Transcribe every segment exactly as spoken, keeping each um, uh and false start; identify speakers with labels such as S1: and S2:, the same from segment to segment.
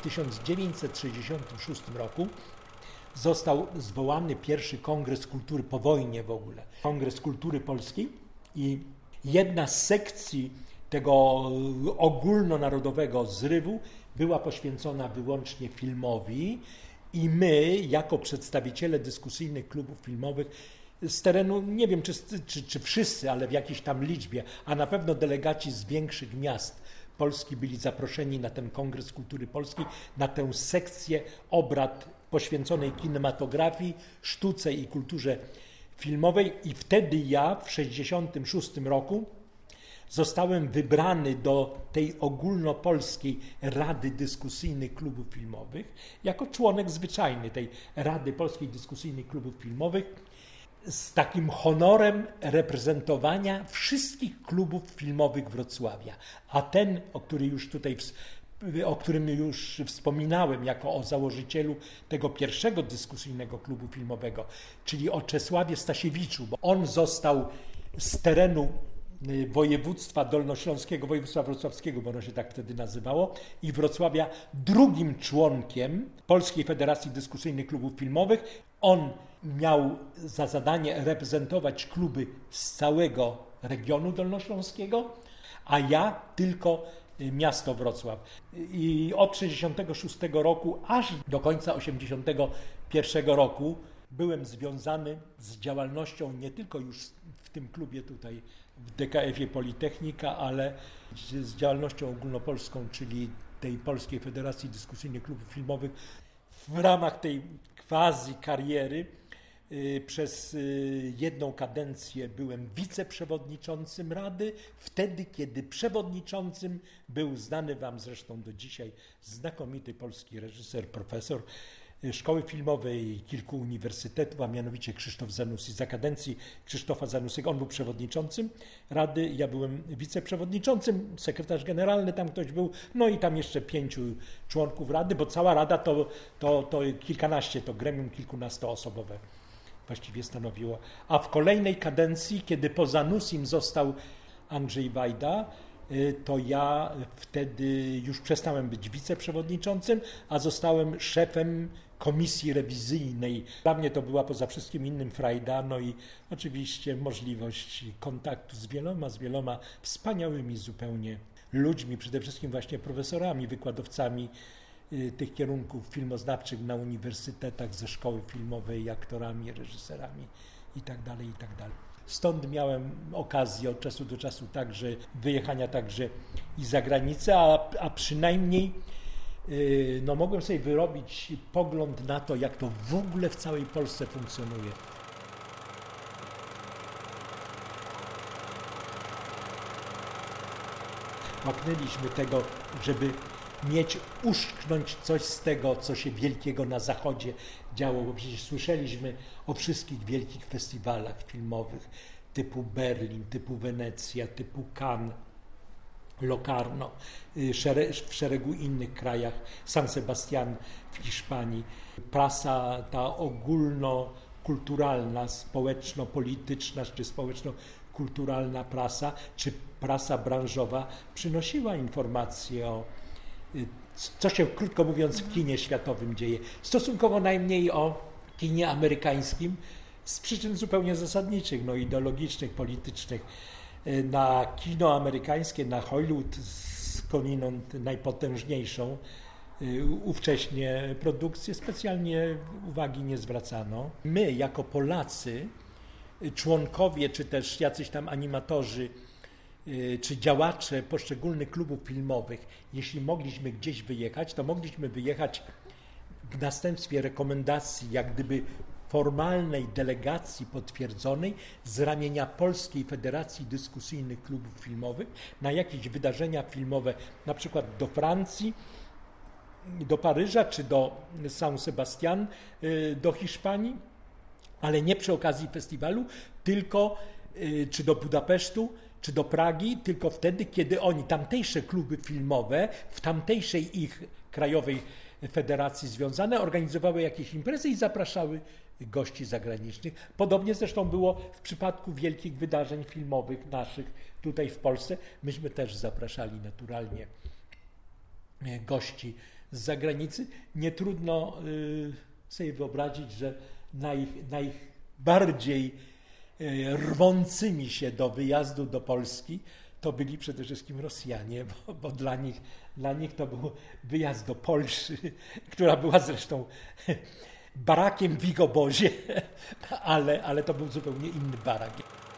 S1: tysiąc dziewięćset sześćdziesiątym szóstym roku został zwołany pierwszy Kongres Kultury po wojnie w ogóle. Kongres Kultury Polskiej i jedna z sekcji tego ogólnonarodowego zrywu była poświęcona wyłącznie filmowi i my, jako przedstawiciele dyskusyjnych klubów filmowych z terenu, nie wiem czy, czy, czy wszyscy, ale w jakiejś tam liczbie, a na pewno delegaci z większych miast Polski byli zaproszeni na ten Kongres Kultury Polskiej, na tę sekcję obrad poświęconej kinematografii, sztuce i kulturze filmowej i wtedy ja w sześćdziesiątym szóstym roku zostałem wybrany do tej ogólnopolskiej Rady Dyskusyjnych Klubów Filmowych jako członek zwyczajny tej Rady Polskiej Dyskusyjnych Klubów Filmowych z takim honorem reprezentowania wszystkich klubów filmowych Wrocławia. A ten, o który już tutaj o którym już wspominałem jako o założycielu tego pierwszego dyskusyjnego klubu filmowego, czyli o Czesławie Stasiewiczu, bo on został z terenu województwa dolnośląskiego, województwa wrocławskiego, bo ono się tak wtedy nazywało, i Wrocławia drugim członkiem Polskiej Federacji Dyskusyjnych Klubów Filmowych. On miał za zadanie reprezentować kluby z całego regionu dolnośląskiego, a ja tylko miasto Wrocław. I od sześćdziesiątego szóstego roku aż do końca osiemdziesiątego pierwszego roku byłem związany z działalnością nie tylko już w tym klubie tutaj w D K F-ie Politechnika, ale z działalnością ogólnopolską, czyli tej Polskiej Federacji Dyskusyjnych Klubów Filmowych. W ramach tej quasi kariery przez jedną kadencję byłem wiceprzewodniczącym Rady, wtedy kiedy przewodniczącym był znany wam zresztą do dzisiaj znakomity polski reżyser, profesor Szkoły Filmowej i kilku uniwersytetów, a mianowicie Krzysztof Zanussi. Za kadencji Krzysztofa Zanussiego on był przewodniczącym Rady, ja byłem wiceprzewodniczącym, sekretarz generalny tam ktoś był, no i tam jeszcze pięciu członków Rady, bo cała Rada to, to, to kilkanaście, to gremium kilkunastoosobowe właściwie stanowiło. A w kolejnej kadencji, kiedy po Zanussim został Andrzej Wajda, to ja wtedy już przestałem być wiceprzewodniczącym, a zostałem szefem komisji rewizyjnej. Dla mnie to była poza wszystkim innym frajda, no i oczywiście możliwość kontaktu z wieloma, z wieloma wspaniałymi zupełnie ludźmi, przede wszystkim właśnie profesorami, wykładowcami tych kierunków filmoznawczych na uniwersytetach, ze szkoły filmowej, aktorami, reżyserami itd., itd. Stąd miałem okazję od czasu do czasu także wyjechania także i za granicę, a, a przynajmniej yy, no, mogłem sobie wyrobić pogląd na to, jak to w ogóle w całej Polsce funkcjonuje. Łaknęliśmy tego, żeby mieć, uszczknąć coś z tego, co się wielkiego na Zachodzie działo, bo przecież słyszeliśmy o wszystkich wielkich festiwalach filmowych typu Berlin, typu Wenecja, typu Cannes, Locarno, w szeregu innych krajach, San Sebastian w Hiszpanii. Prasa ta ogólnokulturalna, społeczno-polityczna czy społeczno-kulturalna prasa, czy prasa branżowa przynosiła informacje o co się, krótko mówiąc, w kinie światowym dzieje. Stosunkowo najmniej o kinie amerykańskim z przyczyn zupełnie zasadniczych, no ideologicznych, politycznych. Na kino amerykańskie, na Hollywood skądinąd najpotężniejszą ówcześnie produkcję specjalnie uwagi nie zwracano. My jako Polacy, członkowie czy też jacyś tam animatorzy czy działacze poszczególnych klubów filmowych, jeśli mogliśmy gdzieś wyjechać, to mogliśmy wyjechać w następstwie rekomendacji, jak gdyby formalnej delegacji potwierdzonej z ramienia Polskiej Federacji Dyskusyjnych Klubów Filmowych na jakieś wydarzenia filmowe, na przykład do Francji, do Paryża czy do San Sebastian, do Hiszpanii, ale nie przy okazji festiwalu, tylko czy do Budapesztu, czy do Pragi, tylko wtedy, kiedy oni, tamtejsze kluby filmowe, w tamtejszej ich krajowej federacji związane, organizowały jakieś imprezy i zapraszały gości zagranicznych. Podobnie zresztą było w przypadku wielkich wydarzeń filmowych naszych tutaj w Polsce. Myśmy też zapraszali naturalnie gości z zagranicy, nie trudno y, sobie wyobrazić, że naj, najbardziej y, rwącymi się do wyjazdu do Polski to byli przede wszystkim Rosjanie, bo, bo dla nich, dla nich to był wyjazd do Polszy, która była zresztą barakiem w ich obozie, ale, ale to był zupełnie inny barak.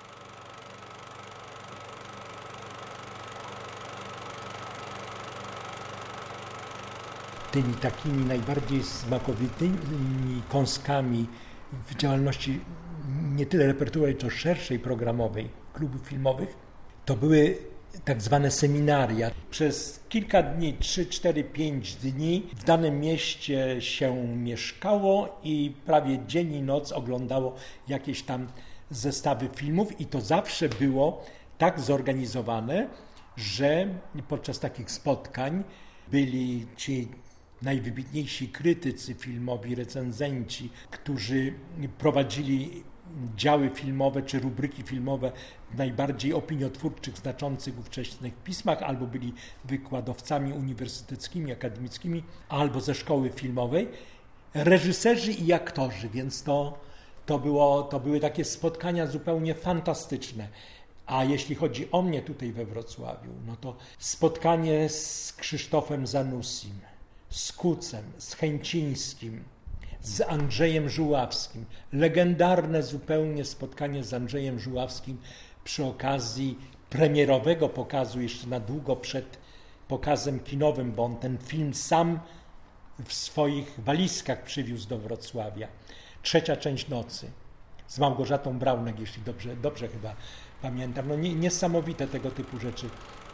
S1: Tymi takimi najbardziej smakowitymi kąskami w działalności nie tyle repertuarowej, co szerszej programowej klubów filmowych, to były tak zwane seminaria. Przez kilka dni, trzy, cztery, pięć dni w danym mieście się mieszkało i prawie dzień i noc oglądało jakieś tam zestawy filmów i to zawsze było tak zorganizowane, że podczas takich spotkań byli ci najwybitniejsi krytycy filmowi, recenzenci, którzy prowadzili działy filmowe czy rubryki filmowe w najbardziej opiniotwórczych, znaczących ówczesnych pismach, albo byli wykładowcami uniwersyteckimi, akademickimi, albo ze szkoły filmowej, reżyserzy i aktorzy, więc to, to, było, to były takie spotkania zupełnie fantastyczne. A jeśli chodzi o mnie tutaj we Wrocławiu, no to spotkanie z Krzysztofem Zanussim, z Kucem, z Chęcińskim, z Andrzejem Żuławskim. Legendarne zupełnie spotkanie z Andrzejem Żuławskim przy okazji premierowego pokazu, jeszcze na długo przed pokazem kinowym, bo on ten film sam w swoich walizkach przywiózł do Wrocławia. Trzecia część nocy z Małgorzatą Braunek, jeśli dobrze, dobrze chyba pamiętam. No nie, niesamowite tego typu rzeczy.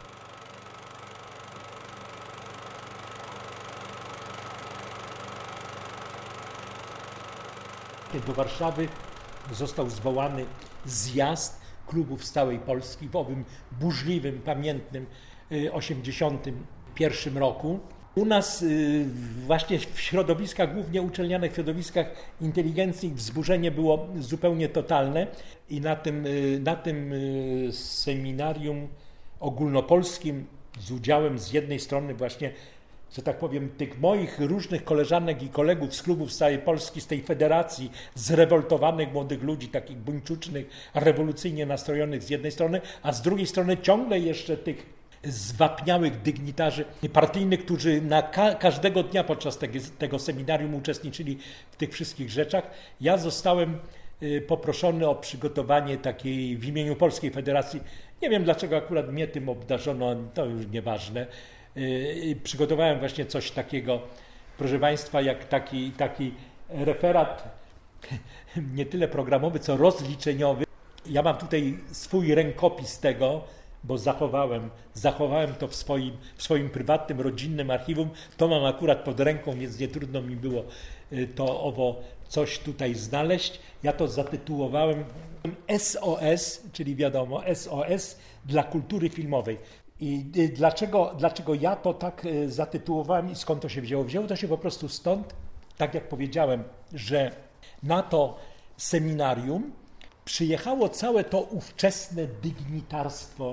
S1: Do Warszawy został zwołany zjazd klubów z całej Polski w owym burzliwym, pamiętnym osiemdziesiątym pierwszym roku. U nas właśnie w środowiskach, głównie uczelnianych środowiskach inteligencji, wzburzenie było zupełnie totalne i na tym, na tym seminarium ogólnopolskim z udziałem z jednej strony właśnie, że tak powiem, tych moich różnych koleżanek i kolegów z klubów z całej Polski, z tej federacji zrewoltowanych młodych ludzi, takich buńczucznych, rewolucyjnie nastrojonych z jednej strony, a z drugiej strony ciągle jeszcze tych zwapniałych dygnitarzy partyjnych, którzy na ka- każdego dnia podczas tego, tego seminarium uczestniczyli w tych wszystkich rzeczach. Ja zostałem y, poproszony o przygotowanie takiej w imieniu Polskiej Federacji, nie wiem dlaczego akurat mnie tym obdarzono, to już nieważne. Y, przygotowałem właśnie coś takiego, proszę Państwa, jak taki, taki referat nie tyle programowy, co rozliczeniowy. Ja mam tutaj swój rękopis tego, bo zachowałem, zachowałem to w swoim, w swoim prywatnym, rodzinnym archiwum. To mam akurat pod ręką, więc nie trudno mi było to owo coś tutaj znaleźć. Ja to zatytułowałem S O S, czyli wiadomo, S O S dla kultury filmowej. I dlaczego, dlaczego ja to tak zatytułowałem i skąd to się wzięło? Wzięło to się po prostu stąd, tak jak powiedziałem, że na to seminarium przyjechało całe to ówczesne dygnitarstwo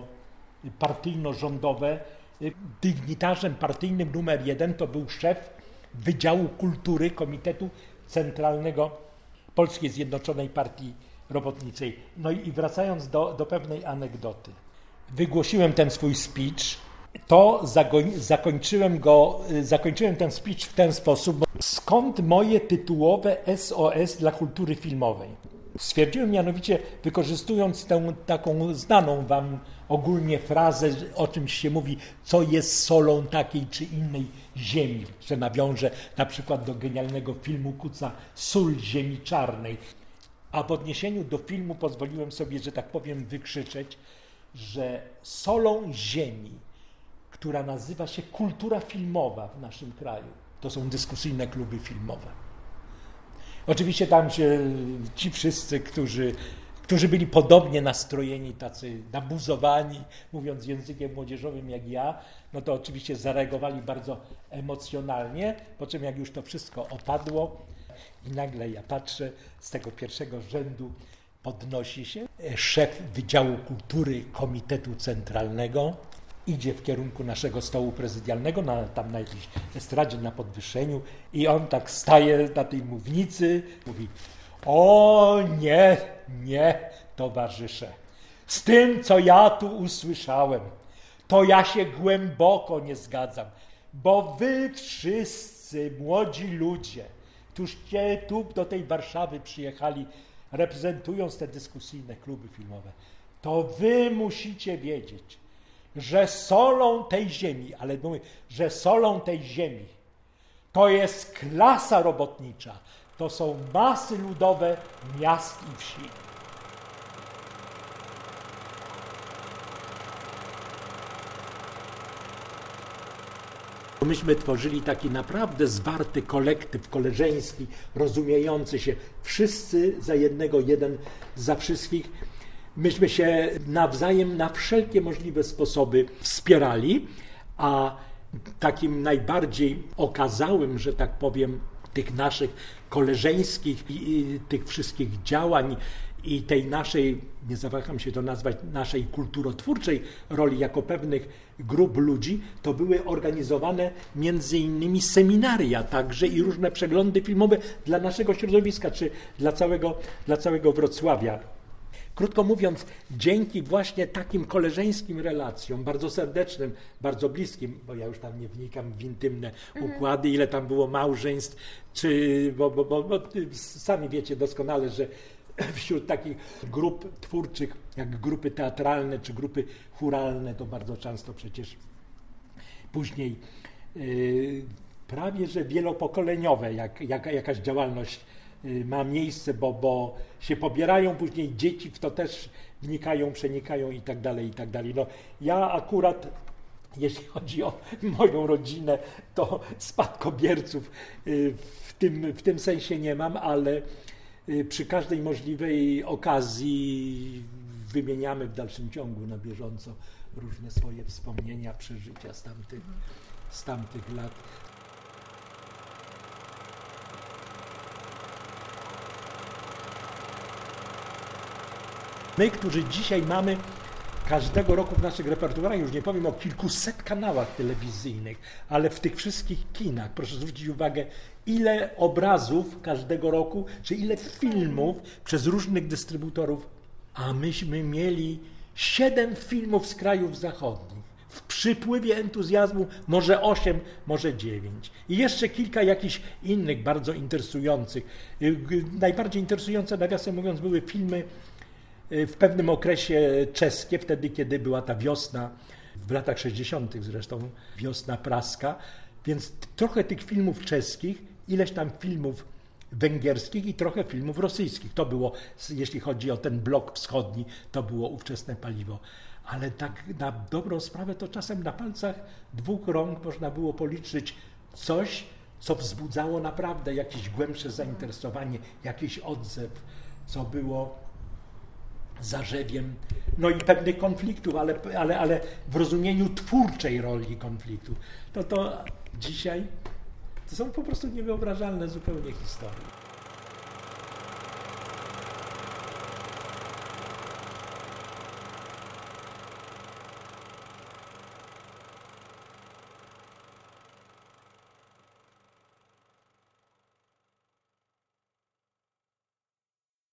S1: partyjno-rządowe. Dygnitarzem partyjnym numer jeden to był szef Wydziału Kultury Komitetu Centralnego Polskiej Zjednoczonej Partii Robotniczej. No i wracając do, do pewnej anegdoty. Wygłosiłem ten swój speech, to zagoń, zakończyłem go, zakończyłem ten speech w ten sposób, bo skąd moje tytułowe S O S dla kultury filmowej? Stwierdziłem mianowicie, wykorzystując tę taką znaną wam ogólnie frazę, o czymś się mówi, co jest solą takiej czy innej ziemi, że nawiążę na przykład do genialnego filmu Kuca Sól ziemi czarnej. A w odniesieniu do filmu pozwoliłem sobie, że tak powiem, wykrzyczeć, że solą ziemi, która nazywa się kultura filmowa w naszym kraju, to są dyskusyjne kluby filmowe. Oczywiście tam się ci wszyscy, którzy, którzy byli podobnie nastrojeni, tacy nabuzowani, mówiąc językiem młodzieżowym jak ja, no to oczywiście zareagowali bardzo emocjonalnie, po czym jak już to wszystko opadło i nagle ja patrzę, z tego pierwszego rzędu podnosi się szef Wydziału Kultury Komitetu Centralnego idzie w kierunku naszego stołu prezydialnego, na, tam na jakiejś estradzie, na podwyższeniu i on tak staje na tej mównicy, mówi: o nie, nie, towarzysze, z tym, co ja tu usłyszałem, to ja się głęboko nie zgadzam, bo wy wszyscy młodzi ludzie, którzyście tu do tej Warszawy przyjechali, reprezentując te dyskusyjne kluby filmowe, to wy musicie wiedzieć, że solą tej ziemi, ale mówię, że solą tej ziemi to jest klasa robotnicza, to są masy ludowe miast i wsi. Myśmy tworzyli taki naprawdę zwarty kolektyw koleżeński, rozumiejący się, wszyscy za jednego, jeden za wszystkich. Myśmy się nawzajem na wszelkie możliwe sposoby wspierali, a takim najbardziej okazałym, że tak powiem, tych naszych koleżeńskich i, i tych wszystkich działań i tej naszej, nie zawaham się to nazwać, naszej kulturotwórczej roli jako pewnych grup ludzi, to były organizowane między innymi seminaria także i różne przeglądy filmowe dla naszego środowiska, czy dla całego, dla całego Wrocławia. Krótko mówiąc, dzięki właśnie takim koleżeńskim relacjom, bardzo serdecznym, bardzo bliskim, bo ja już tam nie wnikam w intymne układy, ile tam było małżeństw, czy, bo, bo, bo, bo sami wiecie doskonale, że wśród takich grup twórczych, jak grupy teatralne czy grupy chóralne, to bardzo często przecież później yy, prawie że wielopokoleniowe jak, jak, jakaś działalność yy, ma miejsce, bo, bo się pobierają, później dzieci w to też wnikają, przenikają i tak dalej, i tak dalej. No, ja akurat, jeśli chodzi o moją rodzinę, to spadkobierców yy, w tym, w tym sensie nie mam, ale przy każdej możliwej okazji wymieniamy w dalszym ciągu na bieżąco różne swoje wspomnienia, przeżycia z tamtych, z tamtych lat. My, którzy dzisiaj mamy każdego roku w naszych repertuarach, już nie powiem o kilkuset kanałach telewizyjnych, ale w tych wszystkich kinach, proszę zwrócić uwagę, ile obrazów każdego roku, czy ile filmów przez różnych dystrybutorów, a myśmy mieli siedem filmów z krajów zachodnich. W przypływie entuzjazmu może osiem, może dziewięć. I jeszcze kilka jakichś innych bardzo interesujących. Najbardziej interesujące, nawiasem mówiąc, były filmy w pewnym okresie czeskie, wtedy kiedy była ta wiosna, w latach sześćdziesiątych zresztą, wiosna praska, więc trochę tych filmów czeskich, ileś tam filmów węgierskich i trochę filmów rosyjskich. To było, jeśli chodzi o ten blok wschodni, to było ówczesne paliwo. Ale tak na dobrą sprawę to czasem na palcach dwóch rąk można było policzyć coś, co wzbudzało naprawdę jakieś głębsze zainteresowanie, jakiś odzew, co było zarzewiem, no i pewnych konfliktów, ale, ale, ale w rozumieniu twórczej roli konfliktu. To to dzisiaj to są po prostu niewyobrażalne zupełnie historie.